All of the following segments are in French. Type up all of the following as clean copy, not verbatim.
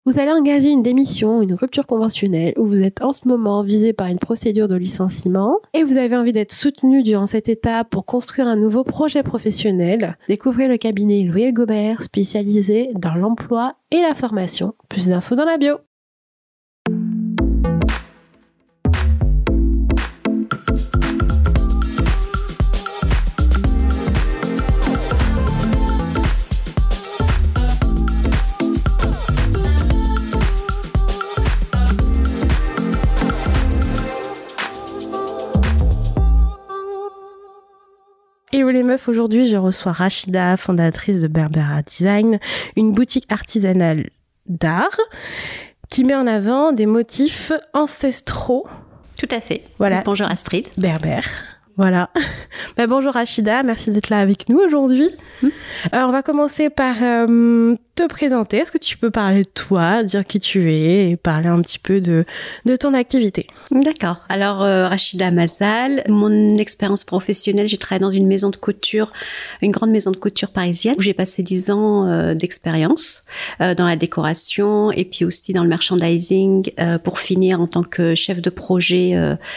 Vous allez engager une démission, une rupture conventionnelle, ou vous êtes en ce moment visé par une procédure de licenciement et vous avez envie d'être soutenu durant cette étape pour construire un nouveau projet professionnel. Découvrez le cabinet Louis Gobert, spécialisé dans l'emploi et la formation. Plus d'infos dans la bio. Hello les meufs, aujourd'hui je reçois Rachida, fondatrice de Berbera Design, une boutique artisanale d'art qui met en avant des motifs ancestraux. Tout à fait. Voilà. Bonjour Astrid. Berbère. Voilà. Bonjour Rachida, merci d'être là avec nous aujourd'hui. On va commencer par te présenter. Est-ce que tu peux parler de toi, dire qui tu es et parler un petit peu de ton activité? D'accord. Alors Rachida Mazal, mon expérience professionnelle, j'ai travaillé dans une maison de couture, une grande maison de couture parisienne où j'ai passé 10 ans d'expérience dans la décoration et puis aussi dans le merchandising pour finir en tant que chef de projet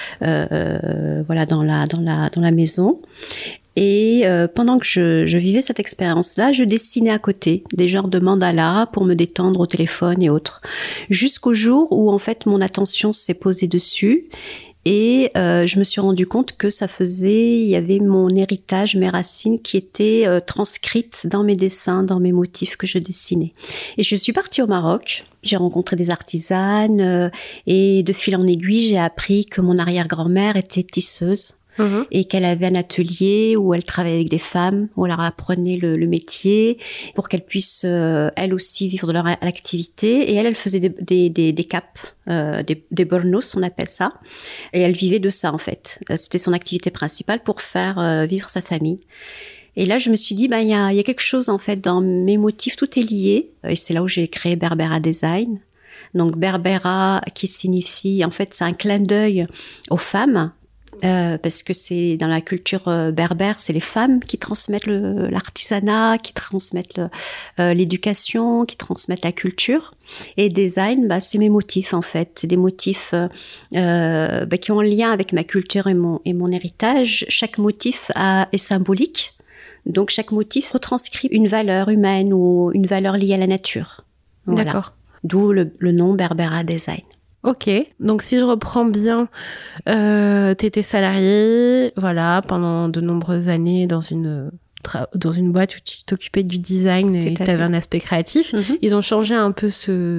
voilà dans la maison. Et pendant que je vivais cette expérience-là, je dessinais à côté des genres de mandalas pour me détendre au téléphone et autres. Jusqu'au jour où en fait mon attention s'est posée dessus et je me suis rendu compte que il y avait mon héritage, mes racines qui étaient transcrites dans mes dessins, dans mes motifs que je dessinais. Et je suis partie au Maroc. J'ai rencontré des artisanes et de fil en aiguille, j'ai appris que mon arrière-grand-mère était tisseuse. Et qu'elle avait un atelier où elle travaillait avec des femmes, où elle leur apprenait le métier pour qu'elles puissent elles aussi vivre de leur activité. Et elle faisait des capes, des bornos, on appelle ça. Et elle vivait de ça en fait. C'était son activité principale pour faire vivre sa famille. Et là, je me suis dit, il y a quelque chose en fait dans mes motifs, tout est lié. Et c'est là où j'ai créé Berbera Design. Donc Berbera qui signifie, en fait, c'est un clin d'œil aux femmes. Parce que c'est dans la culture berbère, c'est les femmes qui transmettent l'artisanat, qui transmettent l'éducation, qui transmettent la culture. Et design, c'est mes motifs en fait. C'est des motifs qui ont un lien avec ma culture et mon héritage. Chaque motif est symbolique. Donc chaque motif retranscrit une valeur humaine ou une valeur liée à la nature. Voilà. D'accord. D'où le nom Berbera Design. Ok, donc si je reprends bien, t'étais salariée, voilà, pendant de nombreuses années dans une boîte où tu t'occupais du design et t'avais un aspect créatif. Ils ont changé un peu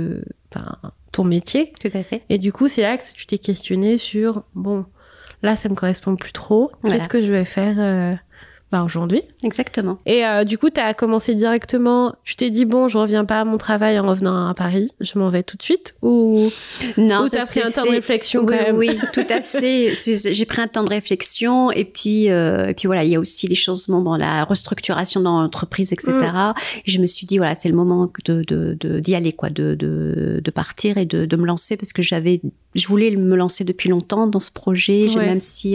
ton métier. Tout à fait. Et du coup, c'est là que tu t'es questionnée sur, bon, là, ça me correspond plus trop. Voilà. Qu'est-ce que je vais faire aujourd'hui. Exactement. Et du coup, tu as commencé directement, tu t'es dit, bon, je reviens pas à mon travail en revenant à Paris, je m'en vais tout de suite, ou non, tu as pris un temps de réflexion quand même? Oui, tout à fait. J'ai pris un temps de réflexion et puis voilà, il y a aussi les changements, la restructuration dans l'entreprise, etc. Et je me suis dit, voilà, c'est le moment d'y aller, quoi, de partir et de me lancer parce que je voulais me lancer depuis longtemps dans ce projet. Même si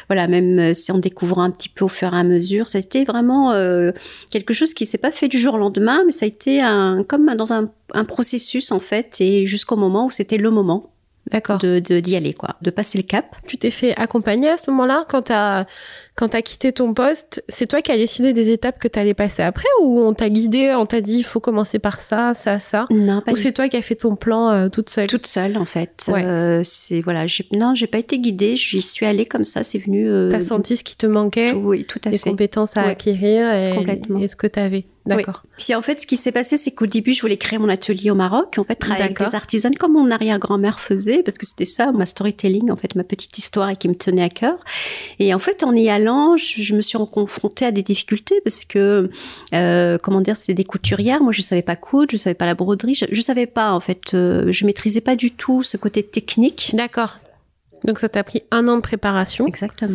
en découvrant un petit peu au fur et à mesure, ça a été vraiment quelque chose qui s'est pas fait du jour au lendemain, mais ça a été comme dans un processus en fait, et jusqu'au moment où c'était le moment. D'accord. D'y aller, quoi, de passer le cap. Tu t'es fait accompagner à ce moment-là quand t'as quitté ton poste? C'est toi qui as décidé des étapes que t'allais passer après, ou on t'a guidé, on t'a dit il faut commencer par ça, ça, ça? Non, pas. Ou c'est toi qui as fait ton plan toute seule? Toute seule, en fait. Ouais. J'ai pas été guidée, j'y suis allée comme ça, c'est venu. T'as senti ce qui te manquait? Oui, tout à fait. Les compétences à acquérir et ce que t'avais. D'accord. Oui. Puis en fait, ce qui s'est passé, c'est qu'au début, je voulais créer mon atelier au Maroc, en fait, travailler avec des artisanes comme mon arrière-grand-mère faisait, parce que c'était ça, ma storytelling, en fait, ma petite histoire et qui me tenait à cœur. Et en fait, en y allant, je me suis confrontée à des difficultés parce que, c'est des couturières. Moi, je savais pas coudre, je savais pas la broderie, je savais pas, en fait, je maîtrisais pas du tout ce côté technique. D'accord. Donc ça t'a pris 1 an de préparation. Exactement.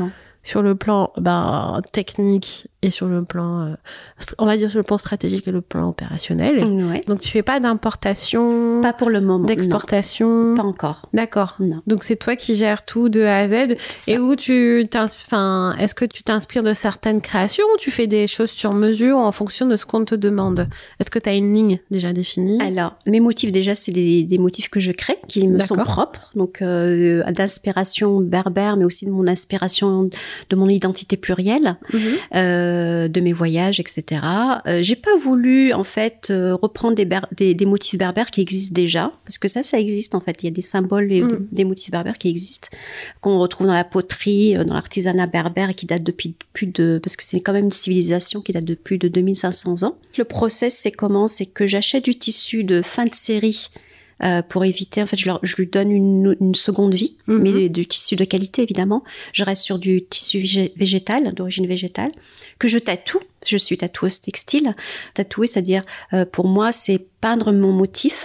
sur le plan technique et sur le plan, on va dire sur le plan stratégique et le plan opérationnel. Ouais. Donc tu fais pas d'importation, Pas pour le moment. d'exportation. Non, pas encore. D'accord. Non. Donc c'est toi qui gères tout de A à Z. Et où est-ce que tu t'inspires de certaines créations ou tu fais des choses sur mesure en fonction de ce qu'on te demande? Est-ce que tu as une ligne déjà définie? Alors, mes motifs déjà, c'est des motifs que je crée, qui me sont propres, donc d'inspiration berbère, mais aussi de mon inspiration, de mon identité plurielle, de mes voyages, etc. J'ai pas voulu en fait reprendre des motifs berbères qui existent déjà, parce que ça existe en fait. Il y a des symboles et des motifs berbères qui existent, qu'on retrouve dans la poterie, dans l'artisanat berbère, et qui date depuis parce que c'est quand même une civilisation qui date de plus de 2500 ans. Le process, c'est comment? C'est que j'achète du tissu de fin de série. Pour éviter, en fait, je lui donne une seconde vie, mais du tissu de qualité, évidemment. Je reste sur du tissu végétal, d'origine végétale, que je tatoue. Je suis tatoueuse textile. Tatouer, c'est-à-dire, pour moi, c'est peindre mon motif,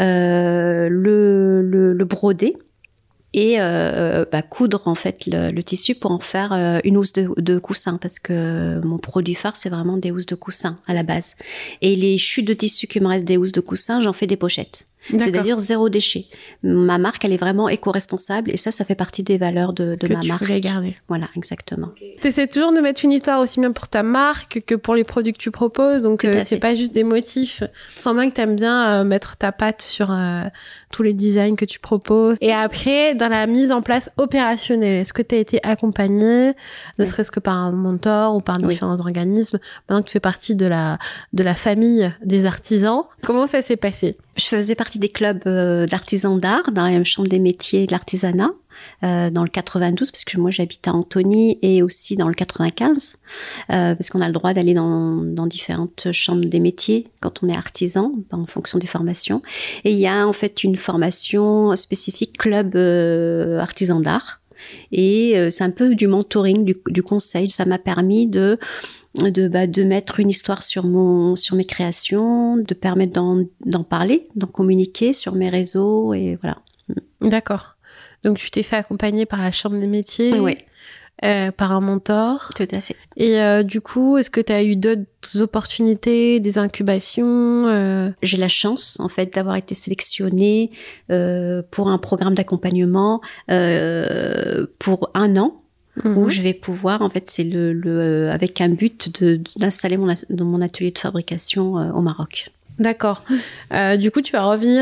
le broder, et coudre en fait le tissu pour en faire une housse de coussin, parce que mon produit phare, c'est vraiment des housses de coussin à la base. Et les chutes de tissu qui me restent des housses de coussin, j'en fais des pochettes. D'accord. C'est-à-dire 0 déchet. Ma marque, elle est vraiment éco-responsable, et ça fait partie des valeurs de ma marque. Que tu voulais garder. Voilà, exactement. Tu essaies toujours de mettre une histoire aussi bien pour ta marque que pour les produits que tu proposes, donc c'est pas juste des motifs. Je sens bien que tu aimes bien mettre ta patte sur tous les designs que tu proposes. Et après, dans la mise en place opérationnelle, est-ce que tu as été accompagnée, ne serait-ce que par un mentor ou par différents organismes, maintenant que tu fais partie de la famille des artisans? Comment ça s'est passé? Je faisais partie des clubs d'artisans d'art dans la chambre des métiers et de l'artisanat, dans le 92, parce que moi j'habite à Antony, et aussi dans le 95, parce qu'on a le droit d'aller dans différentes chambres des métiers quand on est artisan, en fonction des formations. Et il y a en fait une formation spécifique club artisan d'art, et c'est un peu du mentoring, du conseil. Ça m'a permis de mettre une histoire sur mes créations, de permettre d'en parler, d'en communiquer sur mes réseaux, et voilà. D'accord. Donc tu t'es fait accompagner par la Chambre des métiers, par un mentor. Tout à fait. Et du coup, est-ce que tu as eu d'autres opportunités, des incubations? J'ai la chance, en fait, d'avoir été sélectionnée pour un programme d'accompagnement pour 1 an. Où je vais pouvoir, en fait, c'est avec un but d'installer mon atelier de fabrication au Maroc. D'accord. Du coup, tu vas revenir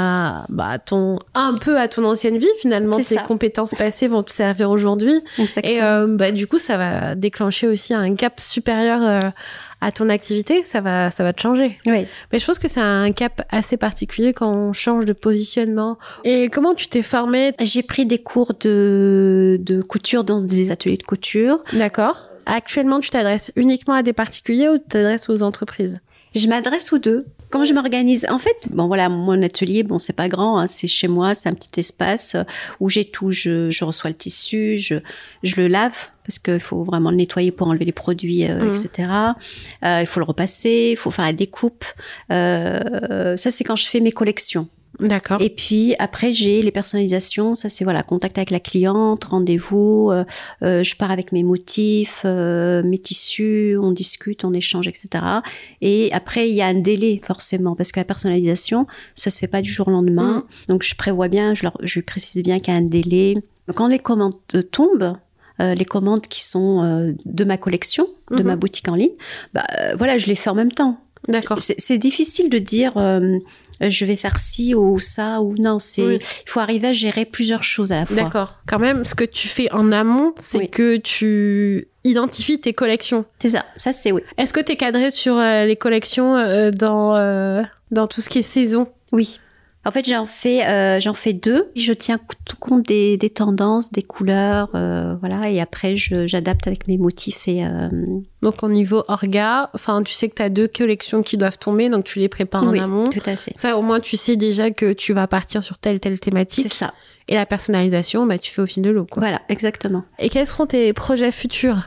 un peu à ton ancienne vie, finalement. Tes compétences passées vont te servir aujourd'hui. Exactement. Et du coup, ça va déclencher aussi un gap supérieur à ton activité. Ça va te changer. Oui. Mais je pense que c'est un cap assez particulier quand on change de positionnement. Et comment tu t'es formée? J'ai pris des cours de couture dans des ateliers de couture. D'accord. Actuellement, tu t'adresses uniquement à des particuliers ou tu t'adresses aux entreprises? Je m'adresse aux deux. Comment je m'organise? En fait, mon atelier, c'est pas grand, hein, c'est chez moi, c'est un petit espace où j'ai tout. Je reçois le tissu, je le lave, parce qu'il faut vraiment le nettoyer pour enlever les produits, etc. Il faut le repasser, il faut faire la découpe. Ça, c'est quand je fais mes collections. D'accord. Et puis après, j'ai les personnalisations. Ça, c'est contact avec la cliente, rendez-vous. Je pars avec mes motifs, mes tissus, on discute, on échange, etc. Et après, il y a un délai forcément, parce que la personnalisation, ça se fait pas du jour au lendemain. Donc je prévois bien, je lui précise bien qu'il y a un délai. Quand les commandes tombent, les commandes qui sont de ma collection, de ma boutique en ligne, je les fais en même temps. D'accord. C'est difficile de dire je vais faire ci ou ça ou non. Il faut arriver à gérer plusieurs choses à la fois. D'accord. Quand même, ce que tu fais en amont, c'est que tu identifies tes collections. C'est ça. Ça, c'est oui. Est-ce que tu es cadré sur les collections dans tout ce qui est saison? Oui. En fait, j'en fais 2. Je tiens tout compte des tendances, des couleurs, et après j'adapte avec mes motifs et. Donc au niveau orga, tu sais que tu as 2 collections qui doivent tomber, donc tu les prépares en amont. Oui, tout à fait. Ça, au moins, tu sais déjà que tu vas partir sur telle thématique. C'est ça. Et la personnalisation, tu fais au fil de l'eau, quoi. Voilà, exactement. Et quels seront tes projets futurs?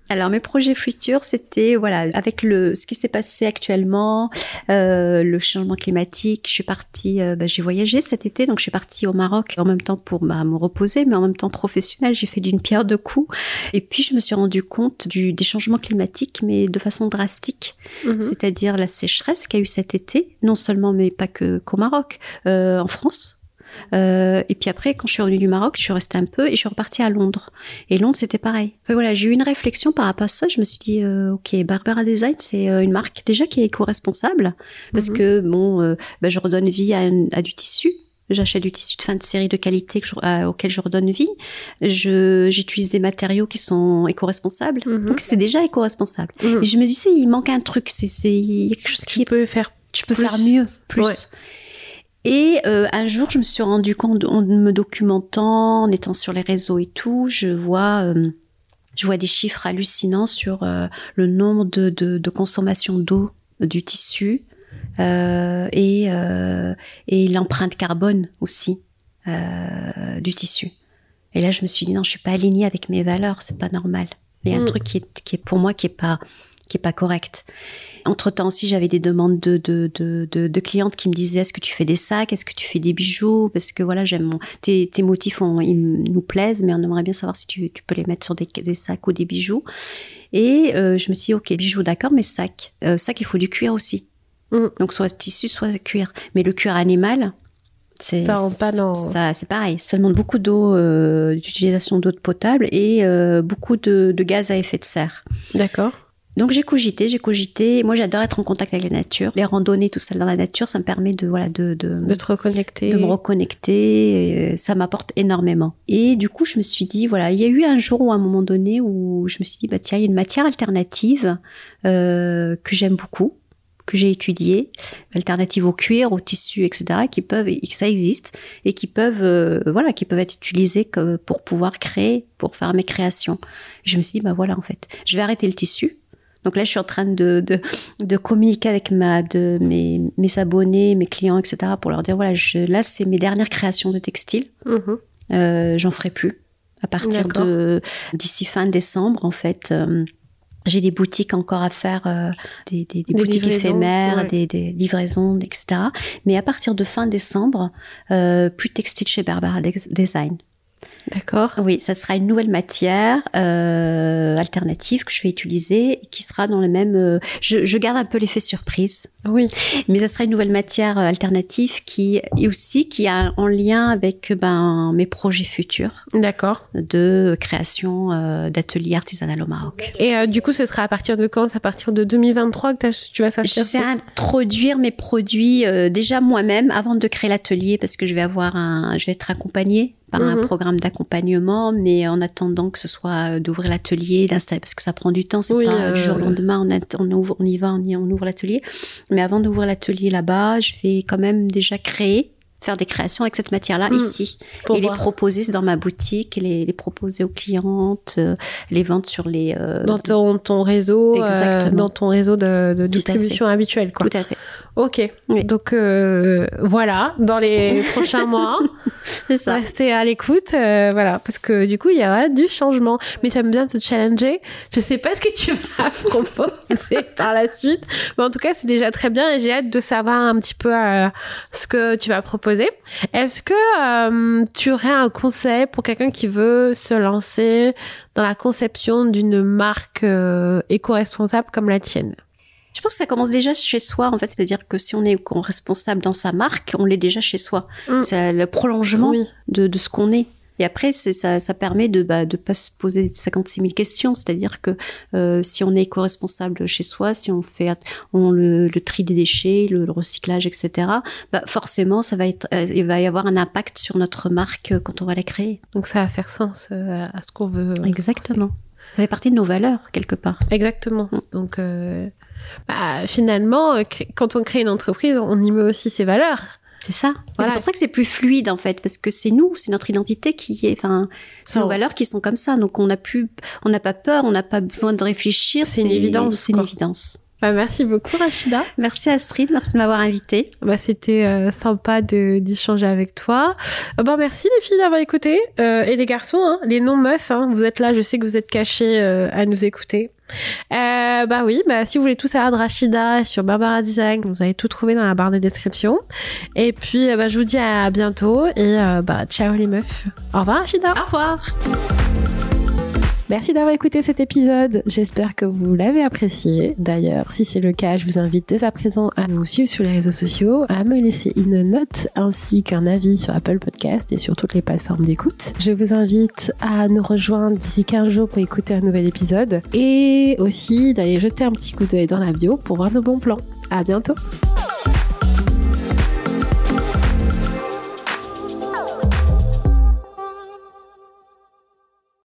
Alors mes projets futurs, c'était voilà, avec ce qui s'est passé actuellement, le changement climatique. Je suis partie, j'ai voyagé cet été, donc je suis partie au Maroc en même temps pour me reposer, mais en même temps professionnel. J'ai fait d'une pierre deux coups. Et puis je me suis rendu compte des changements climatiques, mais de façon drastique. C'est-à-dire la sécheresse qu'il y a eu cet été, non seulement mais pas qu'au Maroc, en France. Et puis après, quand je suis revenue du Maroc, je suis restée un peu et je suis repartie à Londres. Et Londres, c'était pareil. Enfin, voilà, j'ai eu une réflexion par rapport à ça. Je me suis dit, ok, Barbera Design, c'est une marque déjà qui est éco-responsable parce que je redonne vie à du tissu. J'achète du tissu de fin de série de qualité auquel je redonne vie. J'utilise des matériaux qui sont éco-responsables. Donc c'est déjà éco-responsable. Et je me disais, il manque un truc. Il y a quelque chose qui peut faire. Je peux faire mieux, plus. Ouais. Et un jour, je me suis rendu compte, en me documentant, en étant sur les réseaux et tout, je vois des chiffres hallucinants sur le nombre de consommation d'eau du tissu et l'empreinte carbone aussi du tissu. Et là, je me suis dit non, je suis pas alignée avec mes valeurs, c'est pas normal. Il y a un truc qui est pour moi qui est pas correct. Entre-temps aussi, j'avais des demandes de clientes qui me disaient est-ce que tu fais des sacs, est-ce que tu fais des bijoux, parce que voilà, tes motifs ils nous plaisent, mais on aimerait bien savoir si tu peux les mettre sur des sacs ou des bijoux. Et je me suis dit ok, bijoux d'accord, mais sac, il faut du cuir aussi. Donc soit tissu, soit cuir. Mais le cuir animal, ça rentre pas dans... Ça, c'est pareil, ça demande beaucoup d'eau, d'utilisation d'eau potable et beaucoup de gaz à effet de serre. D'accord. Donc j'ai cogité. Moi, j'adore être en contact avec la nature. Les randonnées, tout ça dans la nature, ça me permet de te reconnecter. De me reconnecter. Et ça m'apporte énormément. Et du coup, je me suis dit, voilà, il y a eu un jour ou un moment donné où je me suis dit, bah tiens, il y a une matière alternative que j'aime beaucoup, que j'ai étudiée, alternative au cuir, au tissu, etc., que ça existe et qui peuvent être utilisées pour pouvoir créer, pour faire mes créations. Je me suis dit, bah voilà, en fait, je vais arrêter le tissu. Donc là, je suis en train de communiquer avec mes abonnés, mes clients, etc., pour leur dire, voilà, là, c'est mes dernières créations de textiles. J'en ferai plus. À partir d'ici fin décembre, en fait, j'ai des boutiques encore à faire, des boutiques éphémères, des livraisons, etc. Mais à partir de fin décembre, plus de textile chez Barbera Design. D'accord. Oui, ça sera une nouvelle matière alternative que je vais utiliser et qui sera dans le même... je garde un peu l'effet surprise. Oui. Mais ça sera une nouvelle matière alternative qui a en lien avec mes projets futurs. D'accord. De création d'ateliers artisanaux au Maroc. Et du coup, ce sera à partir de quand ? C'est à partir de 2023 que tu vas sortir ? Je vais introduire mes produits déjà moi-même avant de créer l'atelier parce que je vais être accompagnée par un programme d'accompagnement, mais en attendant que ce soit d'ouvrir l'atelier, d'installer, parce que ça prend du temps, c'est pas du jour au lendemain, on ouvre l'atelier. Mais avant d'ouvrir l'atelier là-bas, je vais quand même déjà faire des créations avec cette matière-là ici. Les proposer dans ma boutique, les proposer aux clientes, les vendre sur les... dans ton réseau, dans ton réseau de distribution habituel, quoi. Tout à fait. Ok. Oui. Donc, voilà, dans les prochains mois, c'est ça. Restez à l'écoute, voilà, parce que du coup, il y aura du changement. Mais ça me bien de te challenger. Je sais pas ce que tu vas proposer par la suite, mais en tout cas, c'est déjà très bien et j'ai hâte de savoir un petit peu ce que tu vas proposer. Est-ce que tu aurais un conseil pour quelqu'un qui veut se lancer dans la conception d'une marque éco-responsable comme la tienne ? Je pense que ça commence déjà chez soi, en fait. C'est-à-dire que si on est responsable dans sa marque, on l'est déjà chez soi. C'est le prolongement de ce qu'on est. Et après, ça permet de pas se poser 56 000 questions. C'est-à-dire que si on est éco-responsable chez soi, si on fait le tri des déchets, le recyclage, etc., forcément, il va y avoir un impact sur notre marque quand on va la créer. Donc ça va faire sens à ce qu'on veut. Exactement. Ça fait partie de nos valeurs, quelque part. Exactement. Donc, finalement, quand on crée une entreprise, on y met aussi ses valeurs. C'est ça. Voilà. C'est pour ça que c'est plus fluide, en fait, parce que c'est nous, c'est notre identité c'est nos valeurs qui sont comme ça. Donc, on n'a pas peur, on n'a pas besoin de réfléchir. C'est une évidence. C'est une évidence. Merci beaucoup Rachida. Merci Astrid, merci de m'avoir invitée. C'était sympa d'échanger avec toi. Merci les filles d'avoir écouté et les garçons, hein, les non-meufs, hein, vous êtes là, je sais que vous êtes cachés à nous écouter. Si vous voulez tout savoir de Rachida sur Barbara Design, vous allez tout trouver dans la barre de description. Et puis je vous dis à bientôt et ciao les meufs. Au revoir Rachida. Au revoir. Merci d'avoir écouté cet épisode. J'espère que vous l'avez apprécié. D'ailleurs, si c'est le cas, je vous invite dès à présent à nous suivre sur les réseaux sociaux, à me laisser une note ainsi qu'un avis sur Apple Podcast et sur toutes les plateformes d'écoute. Je vous invite à nous rejoindre d'ici 15 jours pour écouter un nouvel épisode et aussi d'aller jeter un petit coup d'œil dans la bio pour voir nos bons plans. À bientôt.